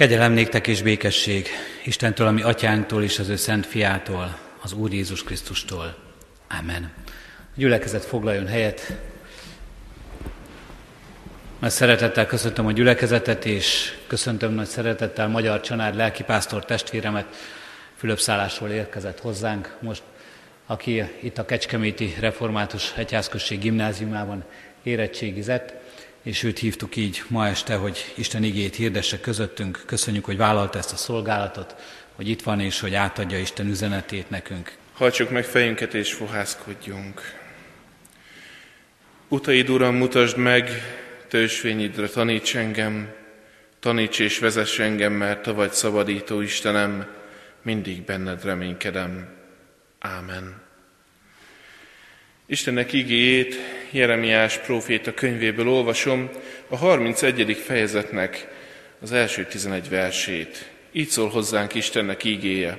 Kegyelem néktek és békesség Istentől, a mi atyánktól és az ő szent fiától, az Úr Jézus Krisztustól. Amen. A gyülekezet foglaljon helyet. Nagy szeretettel köszöntöm a gyülekezetet, és köszöntöm nagy szeretettel Magyar Csanád lelkipásztor testvéremet. Fülöp-Szálásról érkezett hozzánk most, aki itt a Kecskeméti Református Egyházközség gimnáziumában érettségizett, és őt hívtuk így ma este, hogy Isten igéjét hirdesse közöttünk. Köszönjük, hogy vállalta ezt a szolgálatot, hogy itt van, és hogy átadja Isten üzenetét nekünk. Hajtsuk meg fejünket, és fohászkodjunk. Utaid, Uram, mutasd meg, Te ösvényidre taníts engem, taníts és vezess engem, mert Te vagy szabadító Istenem, mindig benned reménykedem. Ámen. Istennek igéjét Jeremiás próféta könyvéből olvasom, a 31. fejezetnek az első 11 versét. Így szól hozzánk Istennek igéje.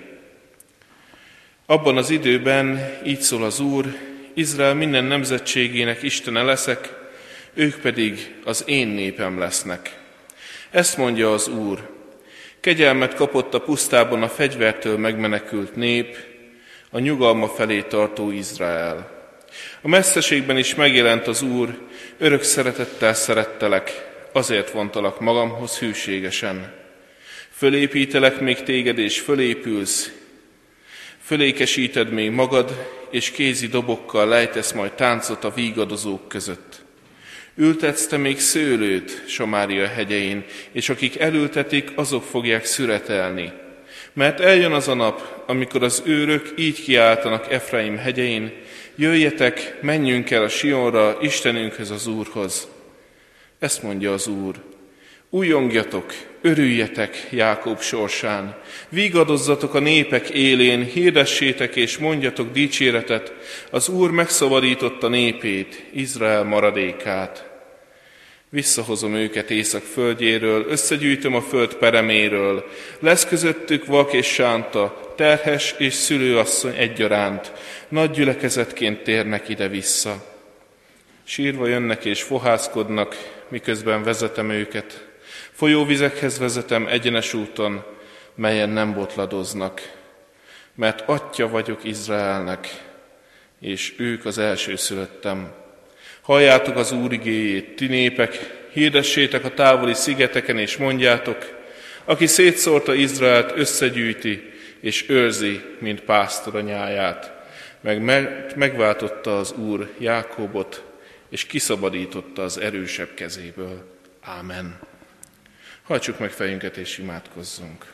Abban az időben így szól az Úr, Izrael minden nemzetségének Istene leszek, ők pedig az én népem lesznek. Ezt mondja az Úr, kegyelmet kapott a pusztában a fegyvertől megmenekült nép, a nyugalma felé tartó Izrael. A messzeségben is megjelent az Úr, örök szeretettel szerettelek, azért vontalak magamhoz hűségesen. Fölépítelek még téged, és fölépülsz, fölékesíted még magad, és kézi dobokkal lejtesz majd táncot a vígadozók között. Ültetsz te még szőlőt Samária hegyein, és akik elültetik, azok fogják szüretelni. Mert eljön az a nap, amikor az őrök így kiáltanak Efraim hegyein, jöjjetek, menjünk el a Sionra, Istenünkhöz, az Úrhoz. Ezt mondja az Úr. Újongjatok, örüljetek Jákob sorsán, vígadozzatok a népek élén, hirdessétek és mondjatok dicséretet, az Úr megszabadította népét, Izrael maradékát. Visszahozom őket észak földjéről, összegyűjtöm a föld pereméről, lesz közöttük vak és sánta, terhes és szülőasszony egyaránt, nagy gyülekezetként térnek ide-vissza. Sírva jönnek és fohászkodnak, miközben vezetem őket. Folyóvizekhez vezetem egyenes úton, melyen nem botladoznak. Mert atya vagyok Izraelnek, és ők az elsőszülöttem. Halljátok az Úr igéjét, ti népek, hirdessétek a távoli szigeteken, és mondjátok, aki szétszórta Izraelt, összegyűjti, és őrzi, mint pásztor a nyáját. Megváltotta az Úr Jákobot, és kiszabadította az erősebb kezéből. Ámen. Hajtsuk meg fejünket, és imádkozzunk.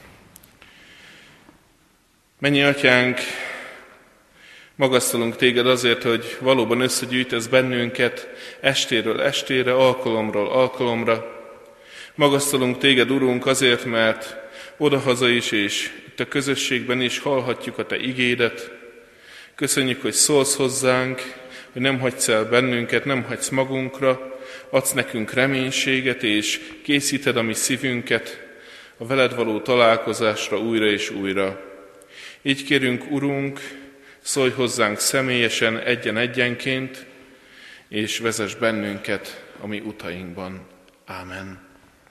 Mennyi atyánk, magasztalunk téged azért, hogy valóban összegyűjtesz bennünket estéről estére, alkalomról alkalomra. Magasztalunk téged, Urunk, azért, mert odahaza is, és itt a közösségben is hallhatjuk a te igédet. Köszönjük, hogy szólsz hozzánk, hogy nem hagysz el bennünket, nem hagysz magunkra, adsz nekünk reménységet, és készíted a mi szívünket a veled való találkozásra újra és újra. Így kérünk, Urunk, szólj hozzánk személyesen, egyen-egyenként, és vezess bennünket a mi utainkban. Ámen.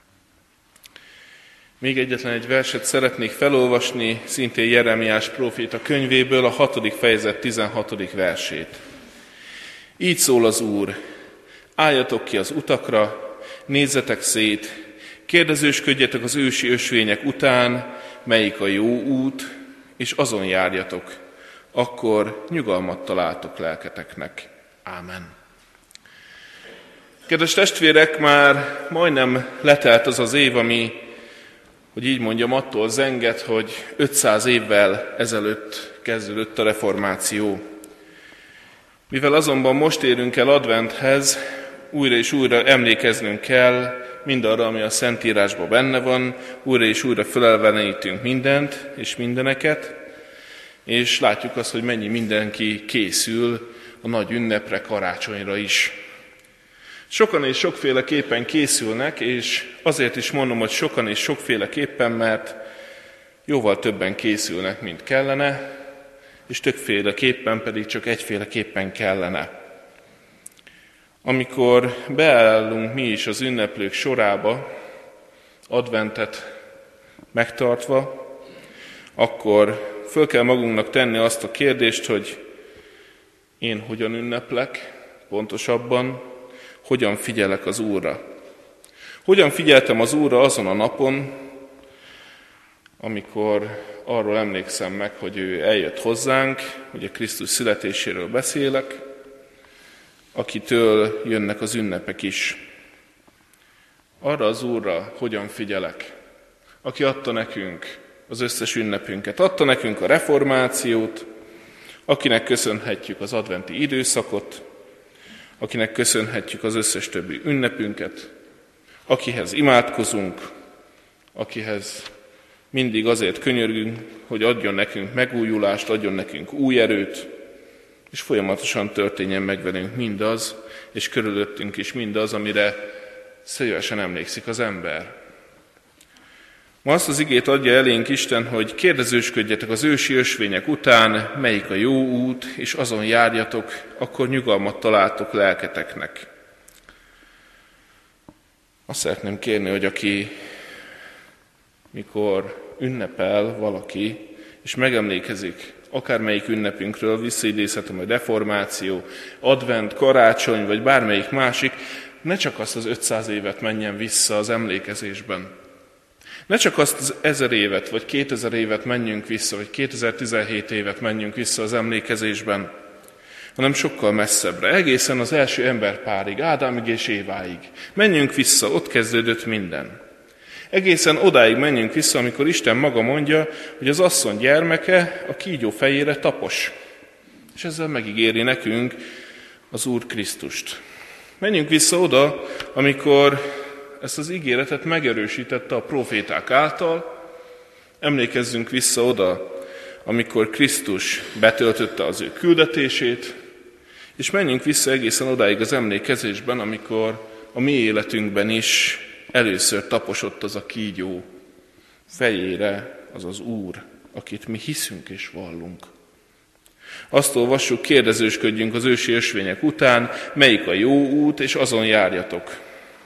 Még egyetlen egy verset szeretnék felolvasni, szintén Jeremiás próféta könyvéből, a 6. fejezet 16. versét. Így szól az Úr, álljatok ki az utakra, nézzetek szét, kérdezősködjetek az ősi ösvények után, melyik a jó út, és azon járjatok, akkor nyugalmat találtok lelketeknek. Ámen. Kedves testvérek, már majdnem letelt az az év, ami, hogy így mondjam, attól zenget, hogy 500 évvel ezelőtt kezdődött a reformáció. Mivel azonban most érünk el adventhez, újra és újra emlékeznünk kell mindarra, ami a Szentírásban benne van, újra és újra fölelvenítünk mindent és mindeneket, és látjuk azt, hogy mennyi mindenki készül a nagy ünnepre, karácsonyra is. Sokan és sokféleképpen készülnek, és azért is mondom, hogy sokan és sokféleképpen, mert jóval többen készülnek, mint kellene, és többféleképpen pedig csak egyféleképpen kellene. Amikor beállunk mi is az ünneplők sorába, adventet megtartva, akkor föl kell magunknak tenni azt a kérdést, hogy én hogyan ünneplek, pontosabban, hogyan figyelek az Úrra. Hogyan figyeltem az Úrra azon a napon, amikor arról emlékszem meg, hogy ő eljött hozzánk, ugye Krisztus születéséről beszélek, akitől jönnek az ünnepek is. Arra az Úrra hogyan figyelek, aki adta nekünk az összes ünnepünket, adta nekünk a reformációt, akinek köszönhetjük az adventi időszakot, akinek köszönhetjük az összes többi ünnepünket, akihez imádkozunk, akihez mindig azért könyörgünk, hogy adjon nekünk megújulást, adjon nekünk új erőt, és folyamatosan történjen meg velünk mindaz, és körülöttünk is mindaz, amire szívesen emlékszik az ember. Ma azt az igét adja elénk Isten, hogy kérdezősködjetek az ősi ösvények után, melyik a jó út, és azon járjatok, akkor nyugalmat találtok lelketeknek. Azt szeretném kérni, hogy aki, mikor ünnepel valaki, és megemlékezik akármelyik ünnepünkről, visszaidézhetem, hogy reformáció, advent, karácsony, vagy bármelyik másik, ne csak azt az 500 évet menjen vissza az emlékezésben. Ne csak azt az 1000 évet, vagy 2000 évet menjünk vissza, vagy 2017 évet menjünk vissza az emlékezésben, hanem sokkal messzebbre, egészen az első emberpárig, Ádámig és Éváig. Menjünk vissza, ott kezdődött minden. Egészen odáig menjünk vissza, amikor Isten maga mondja, hogy az asszony gyermeke a kígyó fejére tapos. És ezzel megígéri nekünk az Úr Krisztust. Menjünk vissza oda, amikor ezt az ígéretet megerősítette a proféták által. Emlékezzünk vissza oda, amikor Krisztus betöltötte az ő küldetését, és menjünk vissza egészen odáig az emlékezésben, amikor a mi életünkben is először taposott az a kígyó fejére, az az Úr, akit mi hiszünk és vallunk. Azt olvassuk, kérdezősködjünk az ősi ösvények után, melyik a jó út, és azon járjatok.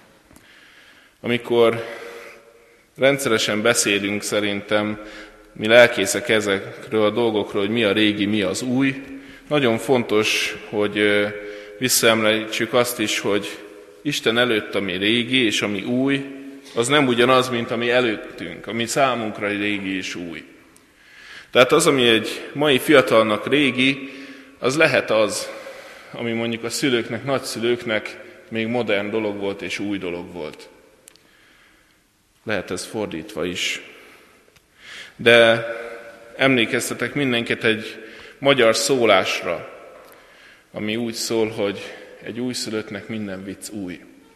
Amikor rendszeresen beszélünk szerintem, mi lelkészek ezekről a dolgokról, hogy mi a régi, mi az új, nagyon fontos, hogy visszaemlítsük azt is, hogy Isten előtt, ami régi és ami új, az nem ugyanaz, mint ami előttünk, ami számunkra régi és új. Tehát az, ami egy mai fiatalnak régi, az lehet az, ami mondjuk a szülőknek, nagyszülőknek még modern dolog volt és új dolog volt. Lehet ez fordítva is. De emlékeztetek mindenkit egy magyar szólásra, ami úgy szól, hogy egy újszülöttnek minden vicc új.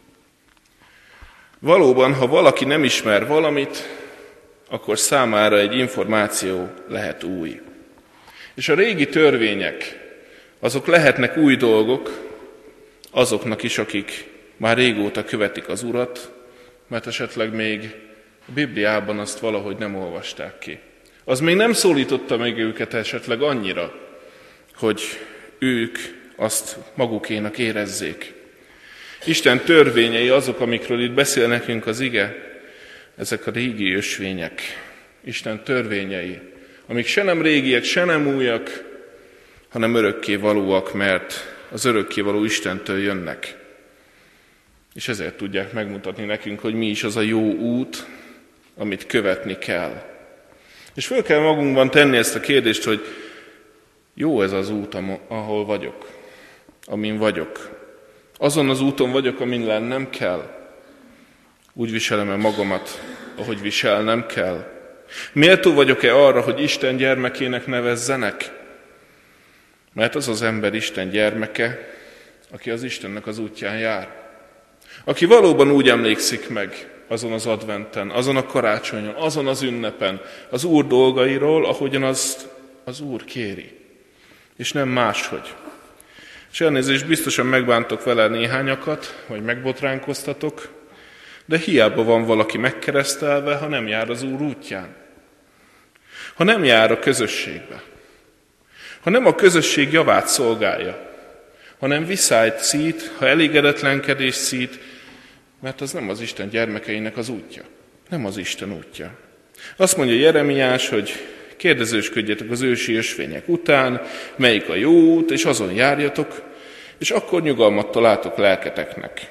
Valóban, ha valaki nem ismer valamit, akkor számára egy információ lehet új. És a régi törvények, azok lehetnek új dolgok azoknak is, akik már régóta követik az Urat, mert esetleg még a Bibliában azt valahogy nem olvasták ki. Az még nem szólította meg őket esetleg annyira, hogy ők azt magukénak érezzék. Isten törvényei azok, amikről itt beszél nekünk az ige, ezek a régi ösvények. Isten törvényei, amik se nem régiek, se nem újak, hanem örökkévalóak, mert az örökkévaló Istentől jönnek. És ezért tudják megmutatni nekünk, hogy mi is az a jó út, amit követni kell. És föl kell magunkban tenni ezt a kérdést, hogy jó ez az út, ahol vagyok, amin vagyok. Azon az úton vagyok, amin lennem kell. Úgy viselem-e magamat, ahogy viselnem kell? Méltó vagyok-e arra, hogy Isten gyermekének nevezzenek? Mert az az ember Isten gyermeke, aki az Istennek az útján jár. Aki valóban úgy emlékszik meg azon az adventen, azon a karácsonyon, azon az ünnepen, az Úr dolgairól, ahogyan azt az Úr kéri. És nem máshogy. És elnézést, biztosan megbántok vele néhányakat, vagy megbotránkoztatok, de hiába van valaki megkeresztelve, ha nem jár az Úr útján. Ha nem jár a közösségbe. Ha nem a közösség javát szolgálja. Ha nem viszályt szít, ha elégedetlenkedést szít, mert az nem az Isten gyermekeinek az útja. Nem az Isten útja. Azt mondja Jeremiás, hogy kérdezősködjetek az ősi ösvények után, melyik a jó út, és azon járjatok, és akkor nyugalmat találtok lelketeknek.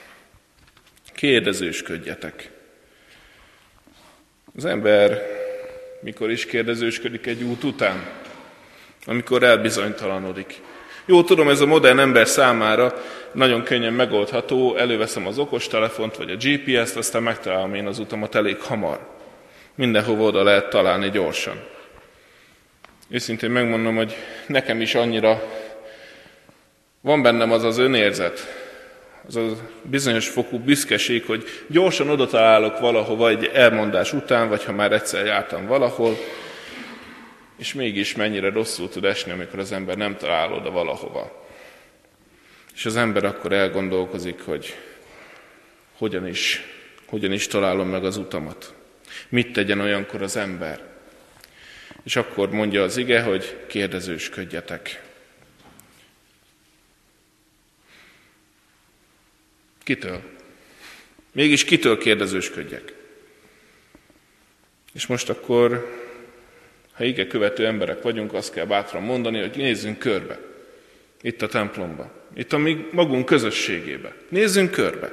Kérdezősködjetek. Az ember mikor is kérdezősködik egy út után? Amikor elbizonytalanodik. Jó, tudom, ez a modern ember számára nagyon könnyen megoldható, előveszem az okostelefont vagy a GPS-t, aztán megtalálom én az utamat elég hamar. Mindenhova oda lehet találni gyorsan. Őszintén megmondom, hogy nekem is annyira van bennem az az önérzet, az a bizonyos fokú büszkeség, hogy gyorsan oda találok valahova egy elmondás után, vagy ha már egyszer jártam valahol, és mégis mennyire rosszul tud esni, amikor az ember nem talál oda valahova. És az ember akkor elgondolkozik, hogy hogyan is találom meg az utamat. Mit tegyen olyankor az ember? És akkor mondja az ige, hogy kérdezősködjetek. Kitől? Mégis kitől kérdezősködjek? És most akkor, ha ige követő emberek vagyunk, azt kell bátran mondani, hogy nézzünk körbe. Itt a templomba. Itt a mi magunk közösségébe. Nézzünk körbe.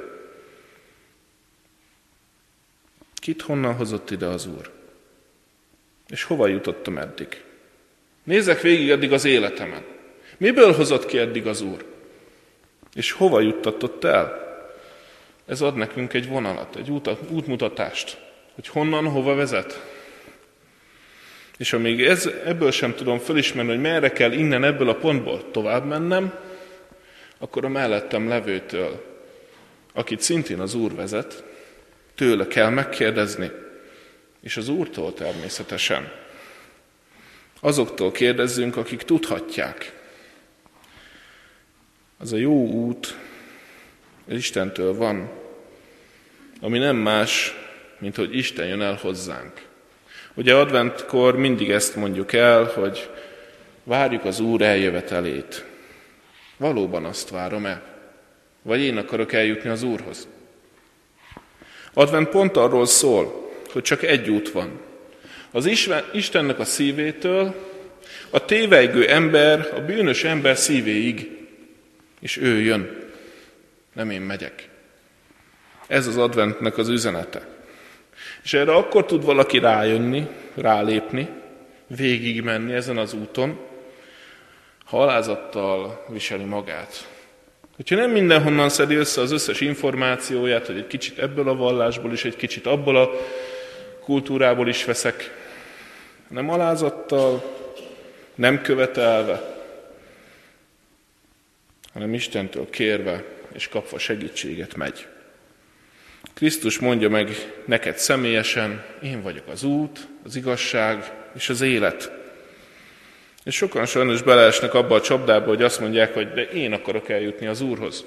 Kit honnan hozott ide az Úr? És hova jutottam eddig? Nézzek végig eddig az életemen. Miből hozott ki eddig az Úr? És hova juttatott el? Ez ad nekünk egy vonalat, egy útmutatást, hogy honnan, hova vezet. És amíg ebből sem tudom felismerni, hogy merre kell innen ebből a pontból tovább mennem, akkor a mellettem levőtől, akit szintén az Úr vezet, tőle kell megkérdezni, és az Úrtól természetesen. Azoktól kérdezzünk, akik tudhatják. Az a jó út Istentől van, ami nem más, mint hogy Isten jön el hozzánk. Ugye adventkor mindig ezt mondjuk el, hogy várjuk az Úr eljövetelét. Valóban azt várom-e? Vagy én akarok eljutni az Úrhoz? Advent pont arról szól, hogy csak egy út van. Az Istennek a szívétől a tévejgő ember, a bűnös ember szívéig, és ő jön. Nem én megyek. Ez az adventnek az üzenete. És erre akkor tud valaki rájönni, rálépni, végigmenni ezen az úton, ha alázattal viseli magát. Hogyha nem mindenhonnan szedi össze az összes információját, hogy egy kicsit ebből a vallásból is, egy kicsit abból a kultúrából is veszek, nem alázattal, nem követelve, hanem Istentől kérve és kapva segítséget megy. Krisztus mondja meg neked személyesen, én vagyok az út, az igazság és az élet. És sokan sajnos beleesnek abba a csapdába, hogy azt mondják, hogy de én akarok eljutni az Úrhoz.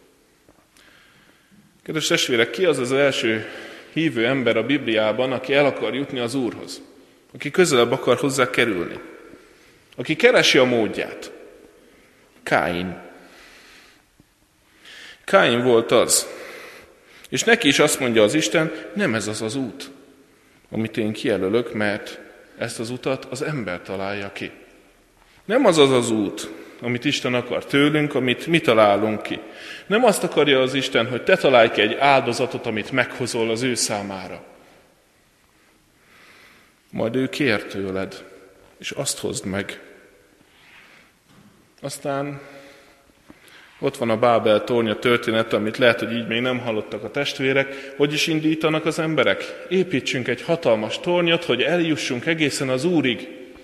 Kedves testvérek, ki az az első hívő ember a Bibliában, aki el akar jutni az Úrhoz? Aki közelebb akar hozzá kerülni? Aki keresi a módját? Káin. Káin volt az. És neki is azt mondja az Isten, nem ez az az út, amit én kijelölök, mert ezt az utat az ember találja ki. Nem az az az út, amit Isten akar tőlünk, amit mi találunk ki. Nem azt akarja az Isten, hogy te találj ki egy áldozatot, amit meghozol az ő számára. Majd ő kér tőled, és azt hozd meg. Aztán ott van a Bábel tornya történet, amit lehet, hogy így még nem hallottak a testvérek. Hogy is indítanak az emberek? Építsünk egy hatalmas tornyot, hogy eljussunk egészen az Úrig.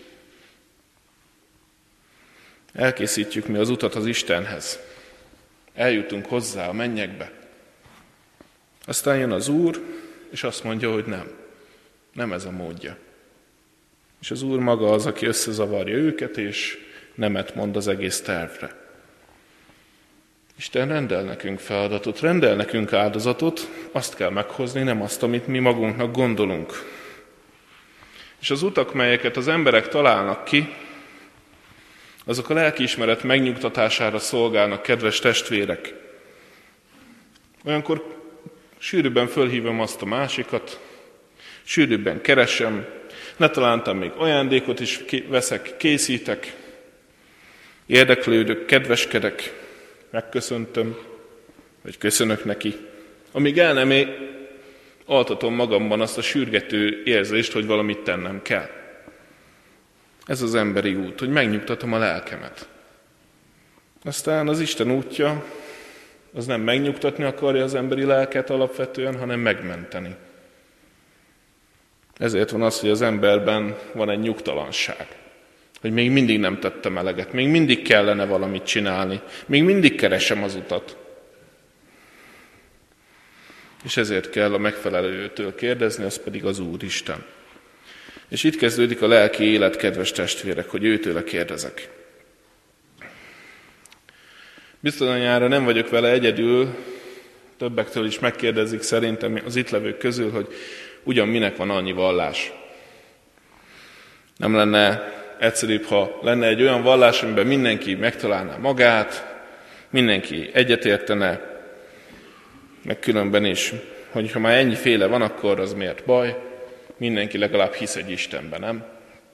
Elkészítjük mi az utat az Istenhez. Eljutunk hozzá a mennyekbe. Aztán jön az Úr, és azt mondja, hogy nem ez a módja. És az Úr maga az, aki összezavarja őket, és nemet mond az egész tervre. Isten rendel nekünk feladatot, rendel nekünk áldozatot, azt kell meghozni, nem azt, amit mi magunknak gondolunk. És az utak, melyeket az emberek találnak ki, azok a lelkiismeret megnyugtatására szolgálnak, kedves testvérek. Olyankor sűrűbben fölhívom azt a másikat, Sűrűbben keresem, ne találtam még ajándékot is veszek, készítek, érdeklődök, kedveskedek, megköszöntöm, vagy köszönök neki. Amíg el nem altatom magamban azt a sürgető érzést, hogy valamit tennem kell. Ez az emberi út, hogy megnyugtatom a lelkemet. Aztán az Isten útja, az nem megnyugtatni akarja az emberi lelket alapvetően, hanem megmenteni. Ezért van az, hogy az emberben van egy nyugtalanság, hogy még mindig nem tettem eleget, még mindig kellene valamit csinálni, még mindig keresem az utat. És ezért kell a megfelelőtől kérdezni, az pedig az Úristen. És itt kezdődik a lelki élet, kedves testvérek, hogy őtőle kérdezek. Bizonyára nem vagyok vele egyedül, többektől is megkérdezik szerintem az itt levők közül, hogy ugyan minek van annyi vallás. Nem lenne egyszerűbb, ha lenne egy olyan vallás, amiben mindenki megtalálná magát, mindenki egyetértene, meg különben is, hogy ha már ennyiféle van, akkor az miért baj? Mindenki legalább hisz egy Istenben, nem?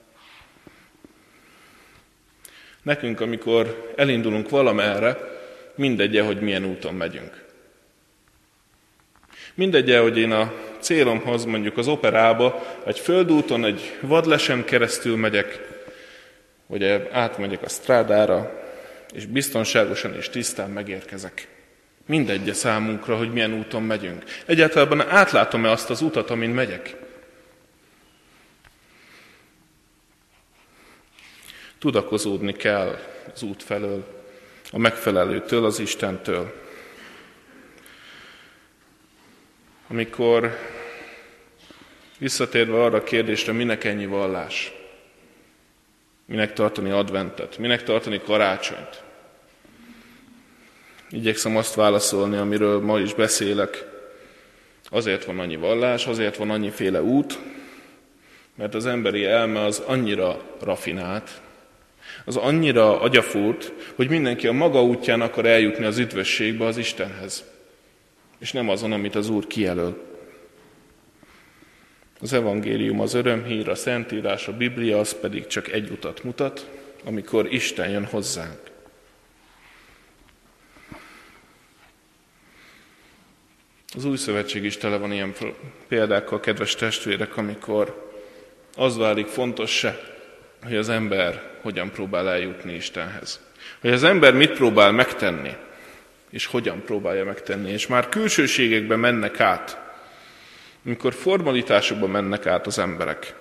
Nekünk, amikor elindulunk valamerre, mindegy, hogy milyen úton megyünk. Mindegy, hogy én a célomhoz, mondjuk az operába, egy földúton, egy vadlesen keresztül megyek, vagy átmegyek a strádára, és biztonságosan és tisztán megérkezek. Mindegy számunkra, hogy milyen úton megyünk. Egyáltalán átlátom-e azt az utat, amin megyek? Tudakozódni kell az út felől, a megfelelőtől, az Istentől. Amikor visszatérve arra a kérdésre, minek ennyi vallás? Minek tartani adventet? Minek tartani karácsonyt? Igyekszem azt válaszolni, amiről ma is beszélek. Azért van annyi vallás, azért van annyiféle út, mert az emberi elme az annyira rafinált, az annyira agyafúrt, hogy mindenki a maga útján akar eljutni az üdvösségbe, az Istenhez, és nem azon, amit az Úr kijelöl. Az evangélium, az örömhír, a Szentírás, a Biblia, az pedig csak egy utat mutat, amikor Isten jön hozzánk. Az Új Szövetség is tele van ilyen példákkal, kedves testvérek, amikor az válik fontossá, hogy az ember hogyan próbál eljutni Istenhez. Hogy az ember mit próbál megtenni, és hogyan próbálja megtenni. És már külsőségekben mennek át, amikor formalitásokban mennek át az emberek.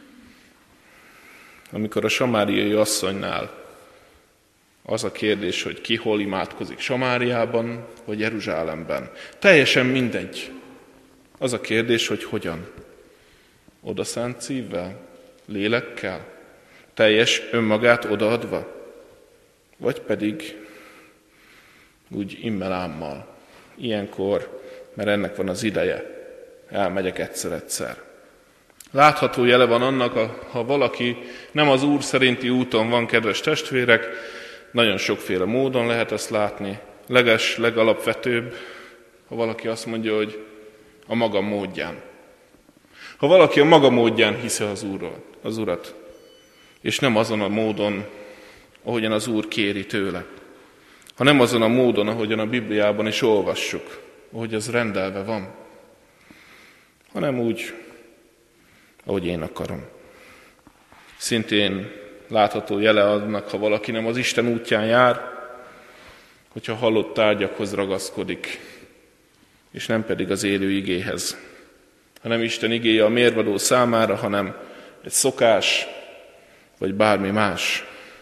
Amikor a samáriai asszonynál az a kérdés, hogy ki hol imádkozik, Samáriában vagy Jeruzsálemben. Teljesen mindegy. Az a kérdés, hogy hogyan. Odaszánt szívvel, lélekkel, teljes önmagát odaadva, vagy pedig úgy immelámmal. Ilyenkor, mert ennek van az ideje, elmegyek egyszer-egyszer. Látható jele van annak, ha valaki nem az Úr szerinti úton van, kedves testvérek, nagyon sokféle módon lehet ezt látni. Legalapvetőbb, ha valaki azt mondja, hogy a maga módján. Ha valaki a maga módján hiszi az Urat, és nem azon a módon, ahogyan az Úr kéri tőle, hanem azon a módon, ahogyan a Bibliában is olvassuk, ahogy az rendelve van, hanem úgy, ahogy én akarom. Szintén látható jele annak, ha valaki nem az Isten útján jár, hogyha halott tárgyakhoz ragaszkodik, és nem pedig az élő igéhez. Ha nem Isten igéje a mérvadó számára, hanem egy szokás, vagy bármi más.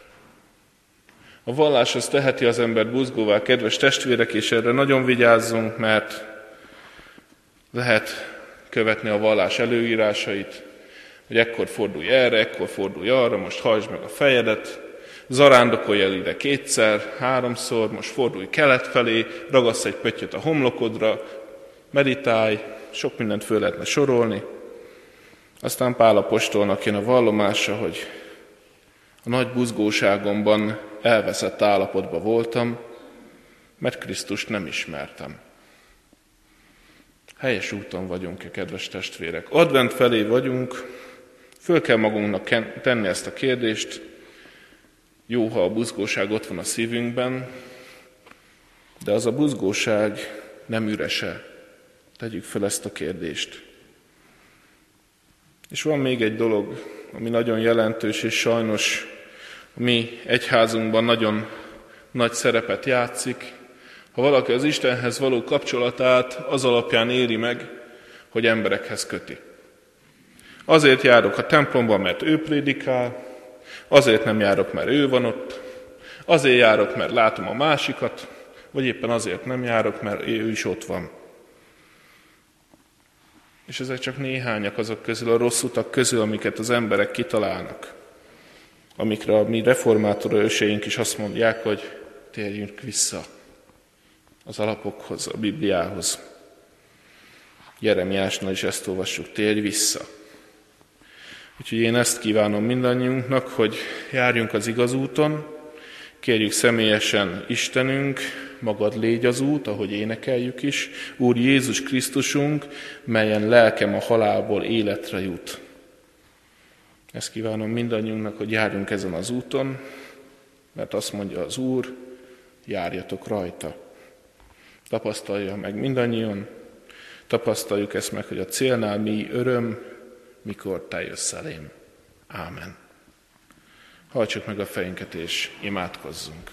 A vallás az teheti az embert buzgóvá, kedves testvérek, és erre nagyon vigyázzunk, mert lehet követni a vallás előírásait, hogy ekkor fordulj erre, ekkor fordulj arra, most hajtsd meg a fejedet, zarándokolj el ide 2-szer, 3-szor, most fordulj kelet felé, ragassz egy pöttyöt a homlokodra, meditálj, sok mindent föl lehetne sorolni. Aztán Pál apostolnak jön a vallomása, hogy a nagy buzgóságomban elveszett állapotban voltam, mert Krisztust nem ismertem. Helyes úton vagyunk-e, kedves testvérek? Advent felé vagyunk, föl kell magunknak tenni ezt a kérdést. Jó, ha a buzgóság ott van a szívünkben, de az a buzgóság nem ürese. Tegyük fel ezt a kérdést. És van még egy dolog, ami nagyon jelentős, és sajnos a mi egyházunkban nagyon nagy szerepet játszik. Ha valaki az Istenhez való kapcsolatát az alapján éri meg, hogy emberekhez köti. Azért járok a templomba, mert ő prédikál, azért nem járok, mert ő van ott, azért járok, mert látom a másikat, vagy éppen azért nem járok, mert ő is ott van. És ezek csak néhányak azok közül, a rossz utak közül, amiket az emberek kitalálnak. Amikre a mi reformátor őseink is azt mondják, hogy térjünk vissza az alapokhoz, a Bibliához. Jeremiásnál is ezt olvassuk, térj vissza. Úgyhogy én ezt kívánom mindannyiunknak, hogy járjunk az igaz úton, kérjük személyesen Istenünk, magad légy az út, ahogy énekeljük is, Úr Jézus Krisztusunk, melyen lelkem a halálból életre jut. Ezt kívánom mindannyiunknak, hogy járjunk ezen az úton, mert azt mondja az Úr, járjatok rajta. Tapasztalja meg mindannyian, tapasztaljuk ezt meg, hogy a célnál mi öröm, mikor te jössz elém. Ámen. Hajtsuk meg a fejünket és imádkozzunk.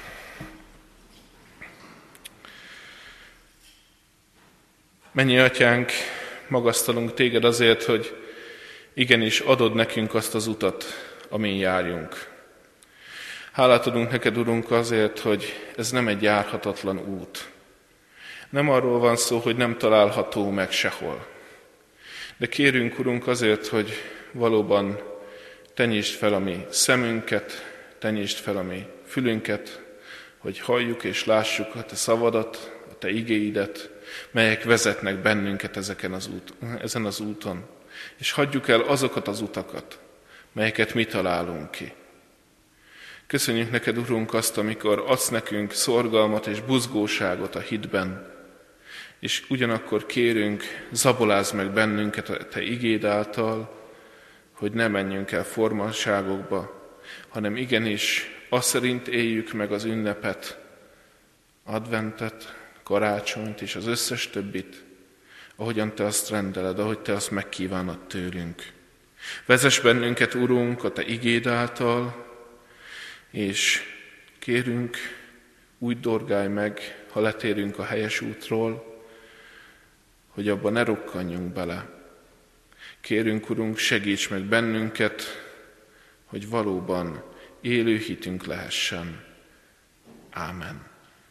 Mennyi Atyánk, magasztalunk téged azért, hogy igenis adod nekünk azt az utat, amin járjunk. Hálát adunk neked, Urunk, azért, hogy ez nem egy járhatatlan út. Nem arról van szó, hogy nem található meg sehol. De kérünk, Urunk, azért, hogy valóban te nyisd fel a mi szemünket, te nyisd fel a mi fülünket, hogy halljuk és lássuk a te szavadat, a te igéidet, melyek vezetnek bennünket ezen az úton. És hagyjuk el azokat az utakat, melyeket mi találunk ki. Köszönjük neked, Urunk, azt, amikor adsz nekünk szorgalmat és buzgóságot a hitben, és ugyanakkor kérünk, zabolázz meg bennünket a te igéd által, hogy ne menjünk el formaságokba, hanem igenis azt szerint éljük meg az ünnepet, adventet, karácsonyt és az összes többit, ahogyan te azt rendeled, ahogy te azt megkívánod tőlünk. Vezess bennünket, Urunk, a te igéd által, és kérünk, úgy dorgálj meg, ha letérünk a helyes útról, hogy abba ne rokkanjunk bele. Kérünk, Urunk, segíts meg bennünket, hogy valóban élő hitünk lehessen. Ámen.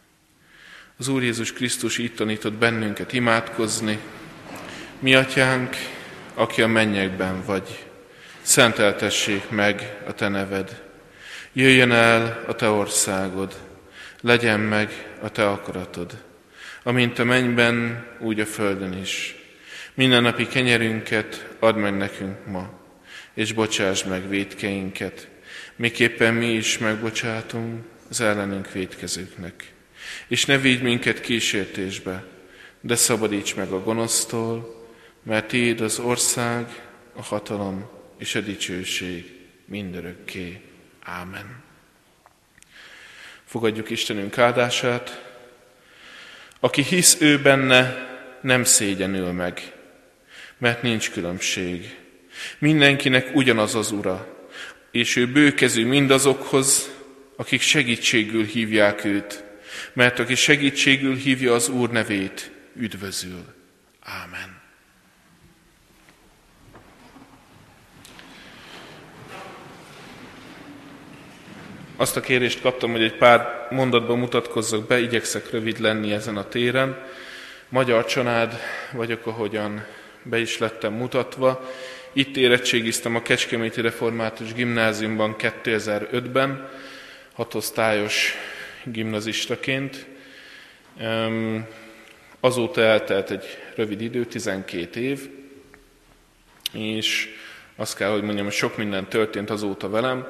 Az Úr Jézus Krisztus így tanított bennünket imádkozni. Mi Atyánk, aki a mennyekben vagy, szenteltessék meg a te neved. Jöjjön el a te országod, legyen meg a te akaratod, amint a mennyben, úgy a földön is. Mindennapi kenyerünket add meg nekünk ma, és bocsásd meg vétkeinket, miképpen mi is megbocsátunk az ellenünk vétkezőknek. És ne vigy minket kísértésbe, de szabadíts meg a gonosztól, mert tiéd az ország, a hatalom és a dicsőség mindörökké. Ámen. Fogadjuk Istenünk áldását. Aki hisz ő benne, nem szégyenül meg, mert nincs különbség. Mindenkinek ugyanaz az Ura, és ő bőkezű mindazokhoz, akik segítségül hívják őt, mert aki segítségül hívja az Úr nevét, üdvözül. Ámen. Azt a kérést kaptam, hogy egy pár mondatban mutatkozzak be, igyekszek rövid lenni ezen a téren. Magyar család vagyok, ahogyan be is lettem mutatva. Itt érettségiztem a Kecskeméti Református Gimnáziumban 2005-ben, 6 osztályos gimnazistaként. Azóta eltelt egy rövid idő, 12 év, és azt kell, hogy mondjam, hogy sok minden történt azóta velem.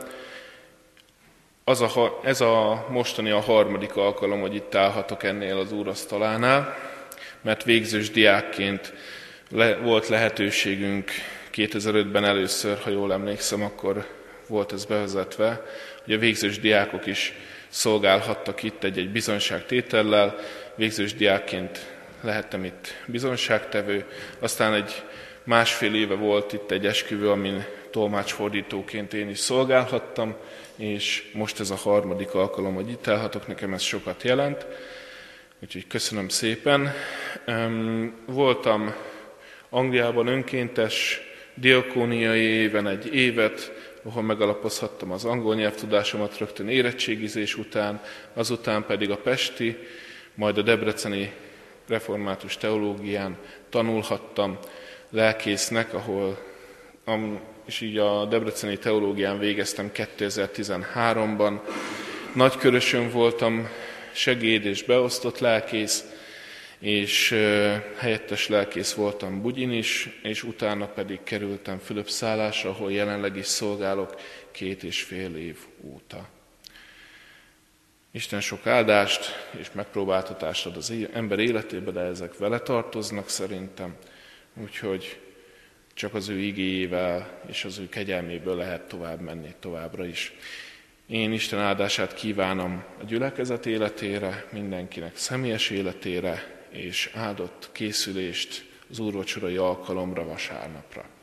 Ez a mostani a harmadik alkalom, hogy itt állhatok ennél az úrasztalánál. mert végzős diákként volt lehetőségünk 2005-ben először, ha jól emlékszem, akkor volt ez bevezetve, hogy a végzős diákok is szolgálhattak itt egy bizonyságtétellel. Végzős diákként lehettem itt bizonyságtevő, aztán egy másfél éve volt itt egy esküvő, amin tolmácsfordítóként én is szolgálhattam, és most ez a harmadik alkalom, hogy itt állhatok, nekem ez sokat jelent, úgyhogy köszönöm szépen. Voltam Angliában önkéntes, diakóniai éven egy évet, ahol megalapozhattam az angol nyelvtudásomat rögtön érettségizés után, azután pedig a pesti, majd a debreceni református teológián tanulhattam lelkésznek, és így a debreceni teológián végeztem 2013-ban. Nagykörösön voltam segéd és beosztott lelkész, és helyettes lelkész voltam Bugyin is, és utána pedig kerültem Fülöpszállásra, ahol jelenleg is szolgálok 2,5 év óta. Isten sok áldást és megpróbáltatást ad az ember életébe, de ezek vele tartoznak szerintem, úgyhogy csak az ő igéjével és az ő kegyelméből lehet tovább menni továbbra is. Én Isten áldását kívánom a gyülekezet életére, mindenkinek személyes életére, és áldott készülést az úrvacsorai alkalomra vasárnapra.